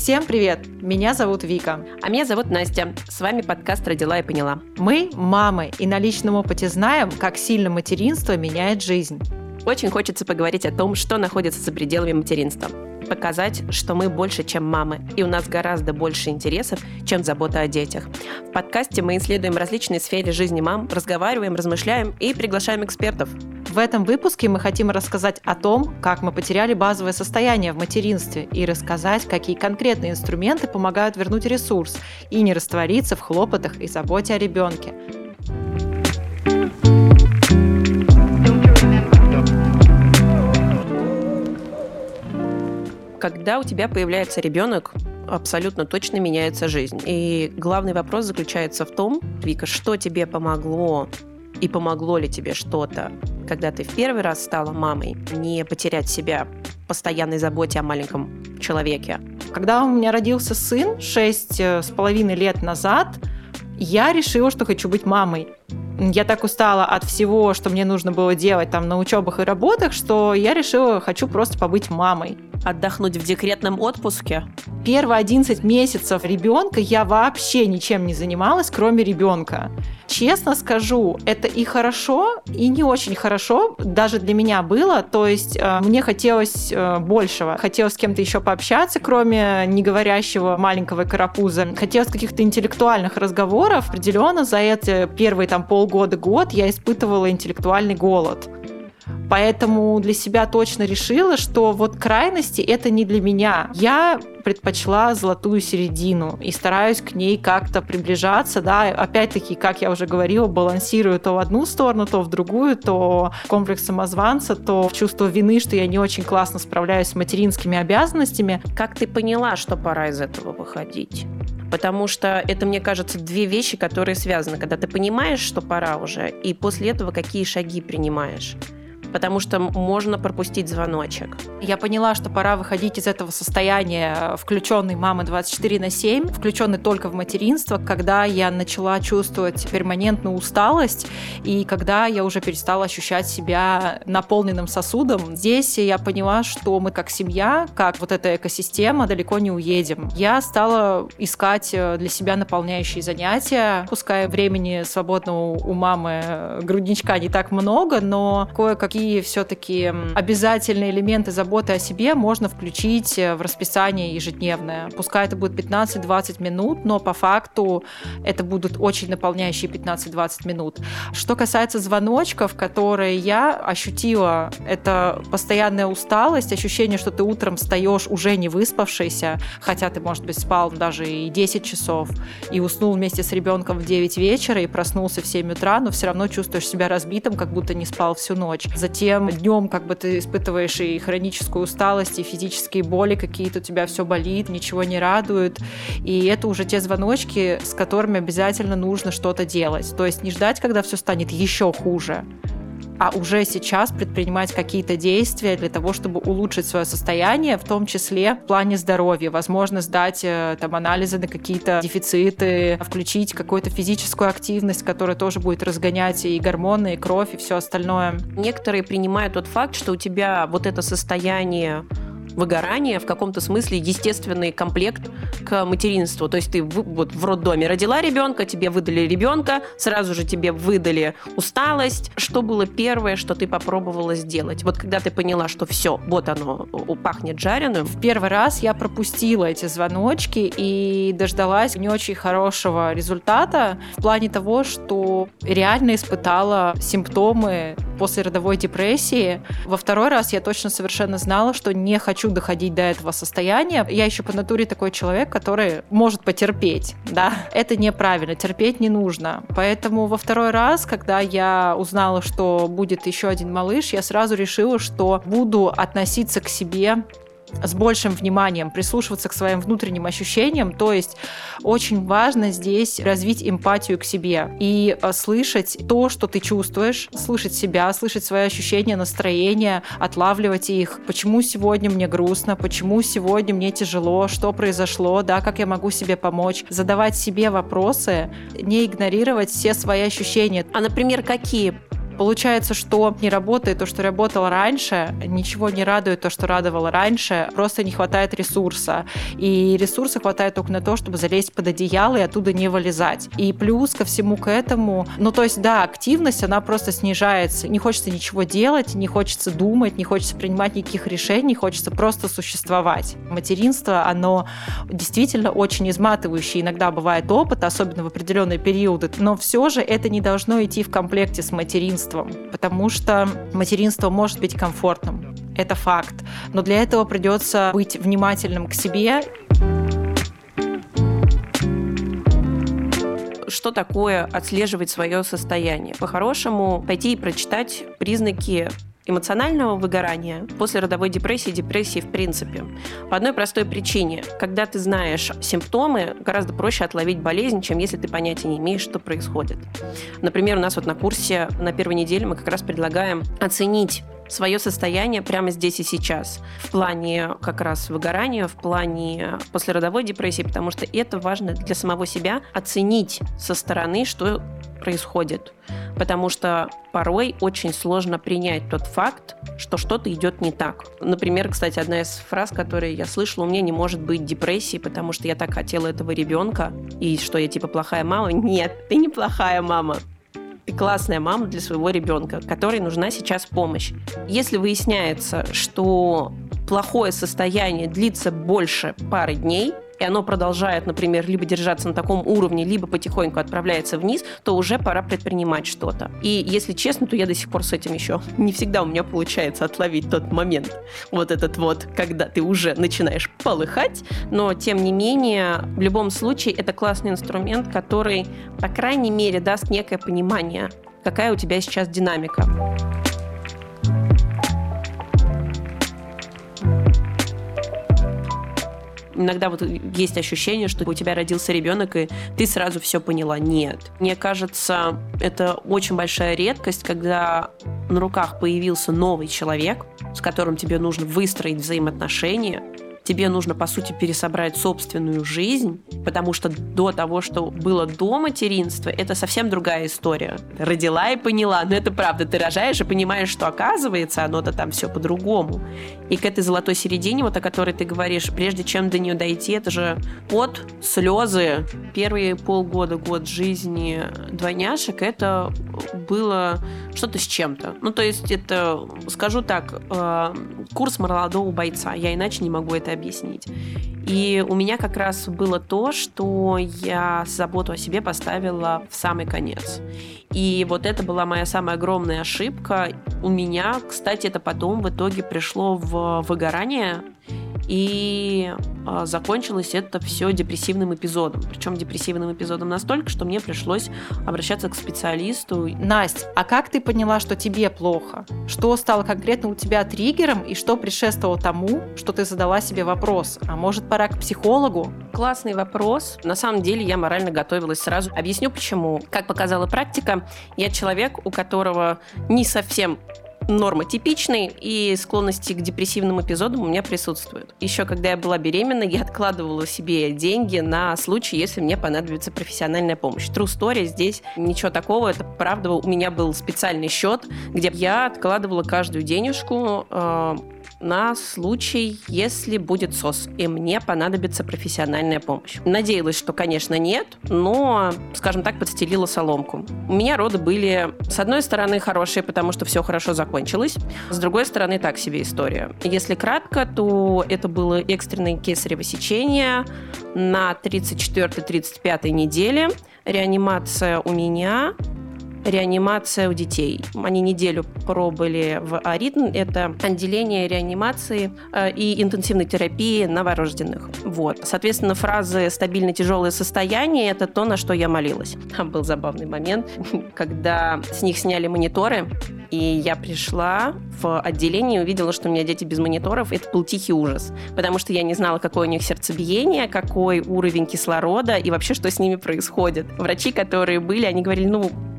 Всем привет! Меня зовут Вика. А меня зовут Настя. С вами подкаст «Родила и поняла». Мы мамы и на личном опыте знаем, как сильно материнство меняет жизнь. Очень хочется поговорить о том, что находится за пределами материнства. Показать, что мы больше, чем мамы, и у нас гораздо больше интересов, чем забота о детях. В подкасте мы исследуем различные сферы жизни мам, разговариваем, размышляем и приглашаем экспертов. В этом выпуске мы хотим рассказать о том, как мы потеряли базовое состояние в материнстве, и рассказать, какие конкретные инструменты помогают вернуть ресурс и не раствориться в хлопотах и заботе о ребенке. Когда у тебя появляется ребенок, абсолютно точно меняется жизнь. И главный вопрос заключается в том, Вика, что тебе помогло и помогло ли тебе что-то, когда ты в первый раз стала мамой, не потерять себя в постоянной заботе о маленьком человеке? Когда у меня родился сын 6,5 лет назад, я решила, что хочу быть мамой. Я так устала от всего, что мне нужно было делать там на учебах и работах, что я решила, хочу просто побыть мамой. Отдохнуть в декретном отпуске? Первые 11 месяцев ребенка я вообще ничем не занималась, кроме ребенка. Честно скажу, это и хорошо, и не очень хорошо даже для меня было. То есть мне хотелось большего. Хотелось с кем-то еще пообщаться, кроме неговорящего маленького карапуза. Хотелось каких-то интеллектуальных разговоров. Определенно за эти первые полгода-год я испытывала интеллектуальный голод. Поэтому для себя точно решила, что вот крайности — это не для меня. Я предпочла золотую середину и стараюсь к ней как-то приближаться, да, опять-таки, как я уже говорила, балансирую то в одну сторону, то в другую, то в комплекс самозванца, то в чувство вины, что я не очень классно справляюсь с материнскими обязанностями. Как ты поняла, что пора из этого выходить? Потому что это, мне кажется, две вещи, которые связаны. Когда ты понимаешь, что пора уже, и после этого какие шаги принимаешь. Потому что можно пропустить звоночек. Я поняла, что пора выходить из этого состояния включенной мамы 24/7, включенной только в материнство, когда я начала чувствовать перманентную усталость и когда я уже перестала ощущать себя наполненным сосудом. Здесь я поняла, что мы как семья, как вот эта экосистема далеко не уедем. Я стала искать для себя наполняющие занятия. Пускай времени свободного у мамы грудничка не так много, но кое-какие все-таки обязательные элементы заботы о себе можно включить в расписание ежедневное. Пускай это будет 15-20 минут, но по факту это будут очень наполняющие 15-20 минут. Что касается звоночков, которые я ощутила, это постоянная усталость, ощущение, что ты утром встаешь уже не выспавшийся, хотя ты, может быть, спал даже и 10 часов, и уснул вместе с ребенком в 9 вечера и проснулся в 7 утра, но все равно чувствуешь себя разбитым, как будто не спал всю ночь. Затем днем как бы ты испытываешь и хроническую усталость, и физические боли какие-то, у тебя все болит, ничего не радует. И это уже те звоночки, с которыми обязательно нужно что-то делать. То есть не ждать, когда все станет еще хуже, а уже сейчас предпринимать какие-то действия для того, чтобы улучшить свое состояние, в том числе в плане здоровья. Возможно, сдать анализы на какие-то дефициты, включить какую-то физическую активность, которая тоже будет разгонять и гормоны, и кровь, и все остальное. Некоторые принимают тот факт, что у тебя вот это состояние выгорание в каком-то смысле естественный комплект к материнству. То есть ты вот в роддоме родила ребенка, тебе выдали ребенка, сразу же тебе выдали усталость. Что было первое, что ты попробовала сделать? Вот когда ты поняла, что все, вот оно, пахнет жареным. В первый раз я пропустила эти звоночки и дождалась не очень хорошего результата в плане того, что реально испытала симптомы послеродовой депрессии. Во второй раз я точно совершенно знала, что не хочу доходить до этого состояния. Я еще по натуре такой человек, который может потерпеть, да. Это неправильно, терпеть не нужно. Поэтому во второй раз, когда я узнала, что будет еще один малыш, я сразу решила, что буду относиться к себе с большим вниманием, прислушиваться к своим внутренним ощущениям. То есть очень важно здесь развить эмпатию к себе и слышать то, что ты чувствуешь, слышать себя, слышать свои ощущения, настроения, отлавливать их. Почему сегодня мне грустно, почему сегодня мне тяжело, что произошло, да, как я могу себе помочь. Задавать себе вопросы, не игнорировать все свои ощущения. А, например, какие? Получается, что не работает то, что работало раньше, ничего не радует то, что радовало раньше, просто не хватает ресурса. И ресурса хватает только на то, чтобы залезть под одеяло и оттуда не вылезать. И плюс ко всему к этому, активность, она просто снижается. Не хочется ничего делать, не хочется думать, не хочется принимать никаких решений, хочется просто существовать. Материнство, оно действительно очень изматывающий иногда бывает опыт, особенно в определенные периоды, но все же это не должно идти в комплекте с материнством, потому что материнство может быть комфортным, это факт, но для этого придется быть внимательным к себе. Что такое отслеживать свое состояние? По-хорошему, пойти и прочитать признаки эмоционального выгорания после родовой депрессии в принципе. По одной простой причине. Когда ты знаешь симптомы, гораздо проще отловить болезнь, чем если ты понятия не имеешь, что происходит. Например, у нас на курсе на первой неделе мы как раз предлагаем оценить свое состояние прямо здесь и сейчас. В плане как раз выгорания, в плане послеродовой депрессии, потому что это важно для самого себя оценить со стороны, что происходит. Потому что порой очень сложно принять тот факт, что что-то идет не так. Например, кстати, одна из фраз, которые я слышала: у меня не может быть депрессии, потому что я так хотела этого ребенка, и что я типа плохая мама. Нет, ты не плохая мама. Ты классная мама для своего ребенка, которой нужна сейчас помощь. Если выясняется, что плохое состояние длится больше пары дней, и оно продолжает, например, либо держаться на таком уровне, либо потихоньку отправляется вниз, то уже пора предпринимать что-то. И если честно, то я до сих пор с этим еще не всегда у меня получается отловить тот момент, когда ты уже начинаешь полыхать, но тем не менее, в любом случае, это классный инструмент, который, по крайней мере, даст некое понимание, какая у тебя сейчас динамика. Иногда есть ощущение, что у тебя родился ребенок, и ты сразу все поняла. Нет. Мне кажется, это очень большая редкость, когда на руках появился новый человек, с которым тебе нужно выстроить взаимоотношения. Тебе нужно, по сути, пересобрать собственную жизнь, потому что до того, что было до материнства, это совсем другая история. Родила и поняла, но это правда. Ты рожаешь и понимаешь, что оказывается, оно-то там все по-другому. И к этой золотой середине, о которой ты говоришь, прежде чем до нее дойти, это же пот, слезы. Первые полгода, год жизни двойняшек, это было что-то с чем-то. То есть это, скажу так, курс молодого бойца. Я иначе не могу это объяснить. И у меня как раз было то, что я заботу о себе поставила в самый конец. И это была моя самая огромная ошибка. У меня, кстати, это потом в итоге пришло в выгорание, и закончилось это все депрессивным эпизодом. Причем депрессивным эпизодом настолько, что мне пришлось обращаться к специалисту. Настя, а как ты поняла, что тебе плохо? Что стало конкретно у тебя триггером, и что предшествовало тому, что ты задала себе вопрос? А может, пора к психологу? Классный вопрос. На самом деле я морально готовилась сразу. Объясню почему. Как показала практика, я человек, у которого не совсем нормотипичный, и склонности к депрессивным эпизодам у меня присутствуют. Еще когда я была беременна, я откладывала себе деньги на случай, если мне понадобится профессиональная помощь. True story, здесь ничего такого, это правда. У меня был специальный счет, где я откладывала каждую денежку на случай, если будет СОС, и мне понадобится профессиональная помощь. Надеялась, что, конечно, нет, но, скажем так, подстелила соломку. У меня роды были, с одной стороны, хорошие, потому что все хорошо закончилось, с другой стороны, так себе история. Если кратко, то это было экстренное кесарево сечение на 34-35 неделе, реанимация у меня, реанимация у детей. Они неделю пробыли в АРИТМ. Это отделение реанимации и интенсивной терапии новорожденных. Соответственно, фразы «стабильно тяжелое состояние» — это то, на что я молилась. Там был забавный момент, когда с них сняли мониторы, и я пришла в отделение и увидела, что у меня дети без мониторов. Это был тихий ужас, потому что я не знала, какое у них сердцебиение, какой уровень кислорода и вообще, что с ними происходит. Врачи, которые были, они говорили,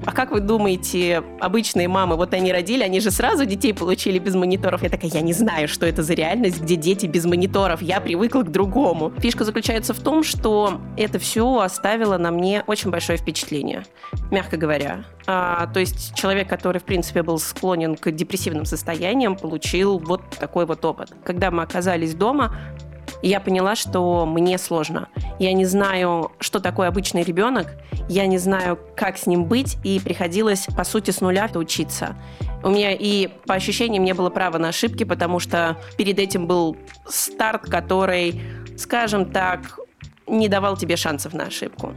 а как вы думаете, обычные мамы, вот они родили, они же сразу детей получили без мониторов? Я такая, я не знаю, что это за реальность, где дети без мониторов, я привыкла к другому. Фишка заключается в том, что это все оставило на мне очень большое впечатление, мягко говоря. То есть человек, который, в принципе, был склонен к депрессивным состояниям, получил вот такой вот опыт. Когда мы оказались дома, я поняла, что мне сложно. Я не знаю, что такое обычный ребенок, я не знаю, как с ним быть, и приходилось, по сути, с нуля учиться. У меня и по ощущениям не было права на ошибки, потому что перед этим был старт, который, скажем так, не давал тебе шансов на ошибку.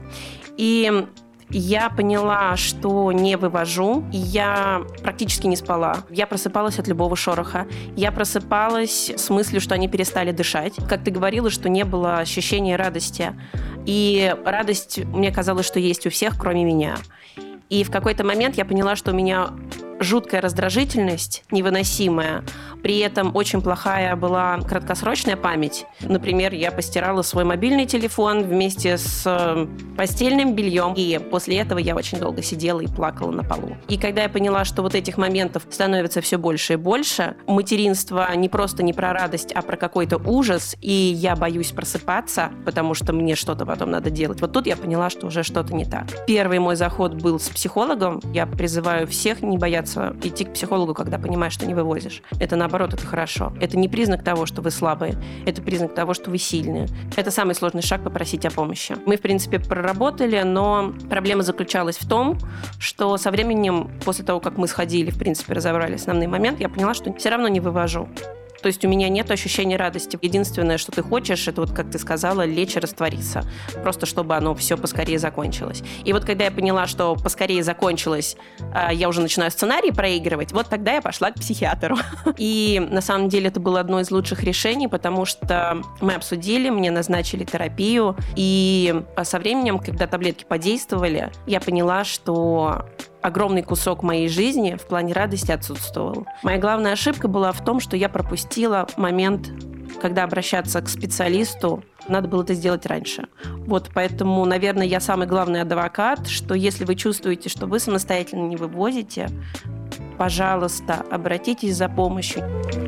И я поняла, что не вывожу, и я практически не спала. Я просыпалась от любого шороха. Я просыпалась с мыслью, что они перестали дышать. Как ты говорила, что не было ощущения радости. И радость, мне казалось, что есть у всех, кроме меня. И в какой-то момент я поняла, что у меня жуткая раздражительность, невыносимая. При этом очень плохая была краткосрочная память. Например, я постирала свой мобильный телефон вместе с постельным бельем, и после этого я очень долго сидела и плакала на полу. И когда я поняла, что вот этих моментов становится все больше и больше, материнство не просто не про радость, а про какой-то ужас, и я боюсь просыпаться, потому что мне что-то потом надо делать. Вот тут я поняла, что уже что-то не так. Первый мой заход был с психологом. Я призываю всех не бояться идти к психологу, когда понимаешь, что не вывозишь. Это наоборот, это хорошо. Это не признак того, что вы слабые. Это признак того, что вы сильные. Это самый сложный шаг — попросить о помощи. Мы, в принципе, проработали, но проблема заключалась в том, что со временем, после того, как мы сходили, в принципе, разобрали основной момент, я поняла, что все равно не вывожу. То есть у меня нет ощущения радости. Единственное, что ты хочешь, это вот, как ты сказала, лечь и раствориться. Просто чтобы оно все поскорее закончилось. И вот когда я поняла, что поскорее закончилось, я уже начинаю сценарий проигрывать, вот тогда я пошла к психиатру. И на самом деле это было одно из лучших решений, потому что мы обсудили, мне назначили терапию. И со временем, когда таблетки подействовали, я поняла, что огромный кусок моей жизни в плане радости отсутствовал. Моя главная ошибка была в том, что я пропустила момент, когда обращаться к специалисту, надо было это сделать раньше. Вот поэтому, наверное, я самый главный адвокат, что если вы чувствуете, что вы самостоятельно не вывозите, пожалуйста, обратитесь за помощью.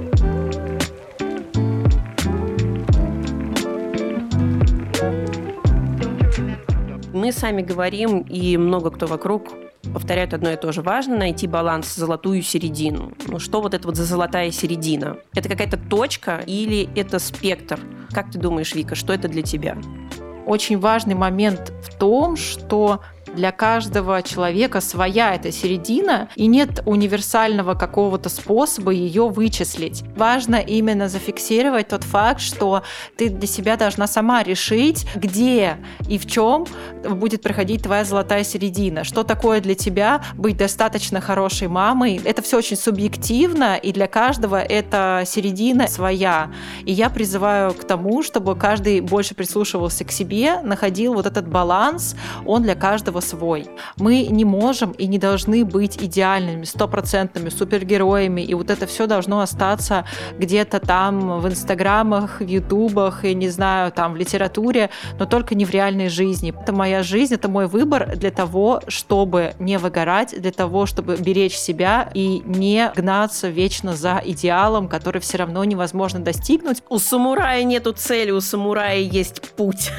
Мы сами говорим, и много кто вокруг повторяют одно и то же. Важно найти баланс, золотую середину. Ну что вот это вот за золотая середина? Это какая-то точка или это спектр? Как ты думаешь, Вика, что это для тебя? Очень важный момент в том, что для каждого человека своя эта середина, и нет универсального какого-то способа ее вычислить. Важно именно зафиксировать тот факт, что ты для себя должна сама решить, где и в чем будет проходить твоя золотая середина. Что такое для тебя быть достаточно хорошей мамой. Это все очень субъективно, и для каждого эта середина своя. И я призываю к тому, чтобы каждый больше прислушивался к себе, находил вот этот баланс, он для каждого свой. Мы не можем и не должны быть идеальными, стопроцентными супергероями, и вот это все должно остаться где-то там в инстаграмах, в ютубах, и не знаю, там в литературе, но только не в реальной жизни. Это моя жизнь, это мой выбор для того, чтобы не выгорать, для того, чтобы беречь себя и не гнаться вечно за идеалом, который все равно невозможно достигнуть. У самурая нету цели, у самурая есть путь.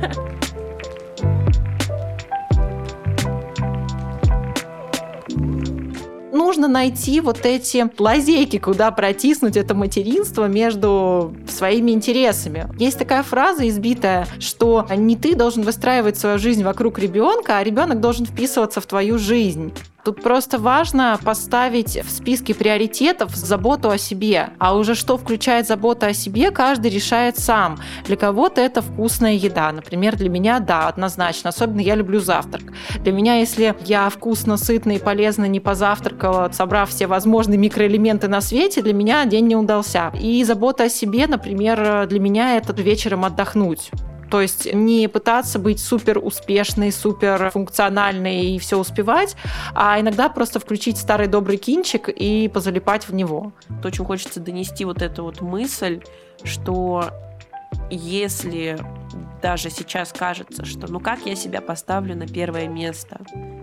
Нужно найти вот эти лазейки, куда протиснуть это материнство между своими интересами. Есть такая фраза избитая, что не ты должен выстраивать свою жизнь вокруг ребенка, а ребенок должен вписываться в твою жизнь. Тут просто важно поставить в списке приоритетов заботу о себе. А уже что включает заботу о себе, каждый решает сам. Для кого-то это вкусная еда. Например, для меня, да, однозначно. Особенно я люблю завтрак. Для меня, если я вкусно, сытно и полезно не позавтракала, собрав все возможные микроэлементы на свете, для меня день не удался. И забота о себе, например, для меня это вечером отдохнуть. То есть не пытаться быть супер успешной, супер функциональной и все успевать, а иногда просто включить старый добрый кинчик и позалипать в него. Очень хочется донести вот эту вот мысль, что если даже сейчас кажется, что ну как я себя поставлю на первое место,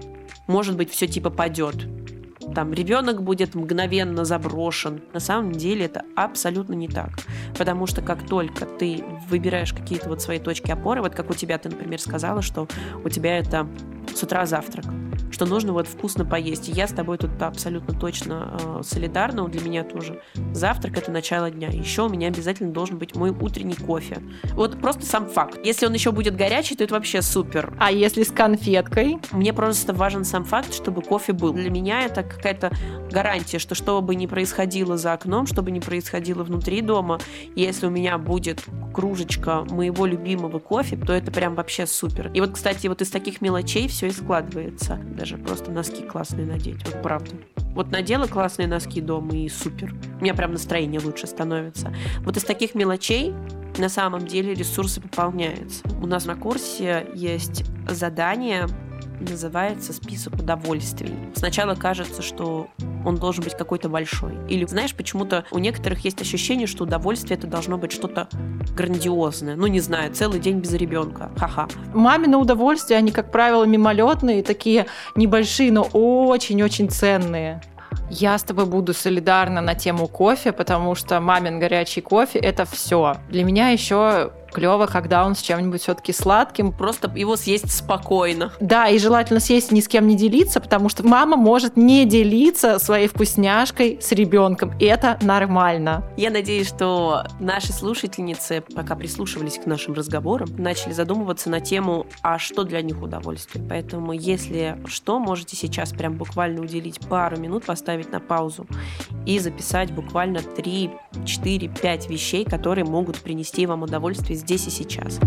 может быть, все типа падет. Там ребенок будет мгновенно заброшен. На самом деле это абсолютно не так. Потому что как только ты выбираешь какие-то вот свои точки опоры, вот как у тебя, ты, например, сказала, что у тебя это с утра завтрак, что нужно вот вкусно поесть. И я с тобой тут абсолютно точно солидарна. Для меня тоже завтрак — это начало дня. Еще у меня обязательно должен быть мой утренний кофе. Вот просто сам факт. Если он еще будет горячий, то это вообще супер. А если с конфеткой? Мне просто важен сам факт, чтобы кофе был. Для меня это какая-то гарантия, что бы ни происходило за окном, что бы ни происходило внутри дома, если у меня будет кружечка моего любимого кофе, то это прям вообще супер. И вот, кстати, вот из таких мелочей все и складывается. Даже просто носки классные надеть, вот правда. Вот надела классные носки дома и супер. У меня прям настроение лучше становится. Вот из таких мелочей на самом деле ресурсы пополняются. У нас на курсе есть задание, называется «Список удовольствий». Сначала кажется, что он должен быть какой-то большой. Или, знаешь, почему-то у некоторых есть ощущение, что удовольствие — это должно быть что-то грандиозное. Ну, не знаю, целый день без ребенка. Ха-ха. Мамины удовольствия, они, как правило, мимолетные, такие небольшие, но очень-очень ценные. Я с тобой буду солидарна на тему кофе, потому что мамин горячий кофе — это все. Для меня еще клево, когда он с чем-нибудь все-таки сладким. Просто его съесть спокойно. Да, и желательно съесть, ни с кем не делиться, потому что мама может не делиться своей вкусняшкой с ребенком. И это нормально. Я надеюсь, что наши слушательницы, пока прислушивались к нашим разговорам, начали задумываться на тему, а что для них удовольствие. Поэтому, если что, можете сейчас прям буквально уделить пару минут, поставить на паузу и записать буквально 3, 4, 5 вещей, которые могут принести вам удовольствие здесь и сейчас.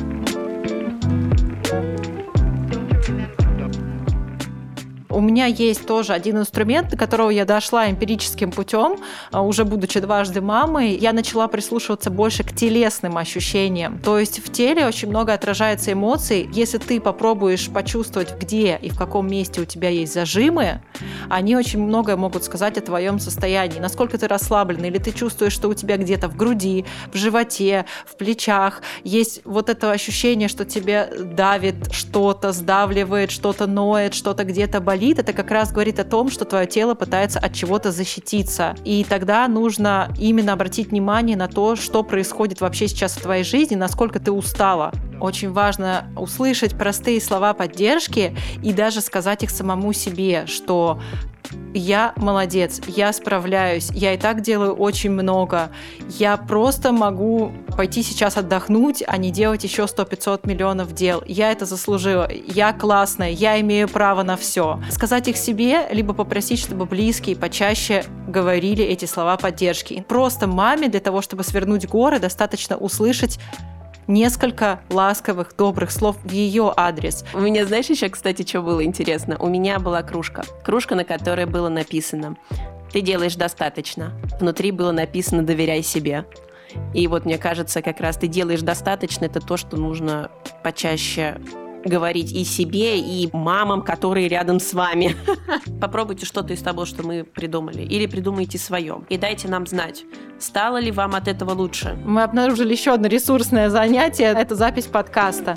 У меня есть тоже один инструмент, до которого я дошла эмпирическим путем, уже будучи дважды мамой. Я начала прислушиваться больше к телесным ощущениям. То есть в теле очень много отражается эмоций. Если ты попробуешь почувствовать, где и в каком месте у тебя есть зажимы, они очень многое могут сказать о твоем состоянии. Насколько ты расслаблен, или ты чувствуешь, что у тебя где-то в груди, в животе, в плечах есть вот это ощущение, что тебе давит что-то, сдавливает, что-то ноет, что-то где-то болит. Это как раз говорит о том, что твое тело пытается от чего-то защититься. И тогда нужно именно обратить внимание на то, что происходит вообще сейчас в твоей жизни, насколько ты устала. Очень важно услышать простые слова поддержки и даже сказать их самому себе, что я молодец, я справляюсь, я и так делаю очень много, я просто могу пойти сейчас отдохнуть, а не делать еще 100-500 миллионов дел. Я это заслужила, я классная, я имею право на все. Сказать их себе, либо попросить, чтобы близкие почаще говорили эти слова поддержки. Просто маме для того, чтобы свернуть горы, достаточно услышать несколько ласковых, добрых слов в ее адрес. У меня, знаешь, еще, кстати, что было интересно? У меня была кружка, на которой было написано «Ты делаешь достаточно». Внутри было написано «Доверяй себе». И вот мне кажется, как раз «Ты делаешь достаточно» — это то, что нужно почаще говорить и себе, и мамам, которые рядом с вами. Попробуйте что-то из того, что мы придумали, или придумайте свое. И дайте нам знать, стало ли вам от этого лучше. Мы обнаружили еще одно ресурсное занятие – это запись подкаста.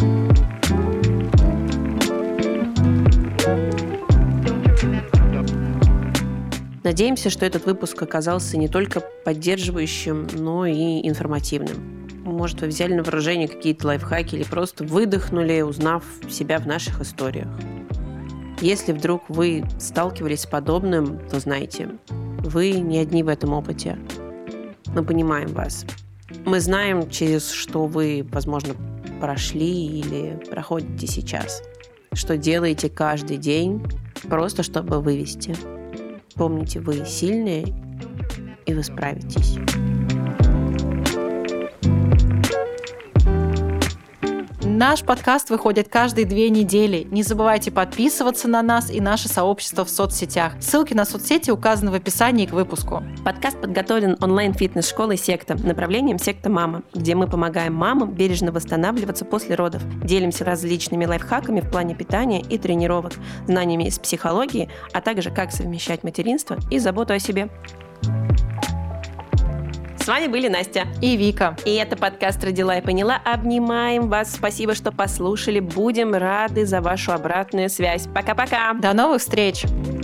Надеемся, что этот выпуск оказался не только поддерживающим, но и информативным. Может, вы взяли на вооружение какие-то лайфхаки или просто выдохнули, узнав себя в наших историях. Если вдруг вы сталкивались с подобным, то знайте, вы не одни в этом опыте. Мы понимаем вас. Мы знаем, через что вы, возможно, прошли или проходите сейчас. Что делаете каждый день, просто чтобы вывести. Помните, вы сильные, и вы справитесь. Наш подкаст выходит каждые 2 недели. Не забывайте подписываться на нас и наше сообщество в соцсетях. Ссылки на соцсети указаны в описании к выпуску. Подкаст подготовлен онлайн-фитнес-школой «Секта», направлением «Секта Мама», где мы помогаем мамам бережно восстанавливаться после родов. Делимся различными лайфхаками в плане питания и тренировок, знаниями из психологии, а также как совмещать материнство и заботу о себе. С вами были Настя и Вика. И это подкаст «Родила и поняла». Обнимаем вас. Спасибо, что послушали. Будем рады за вашу обратную связь. Пока-пока. До новых встреч.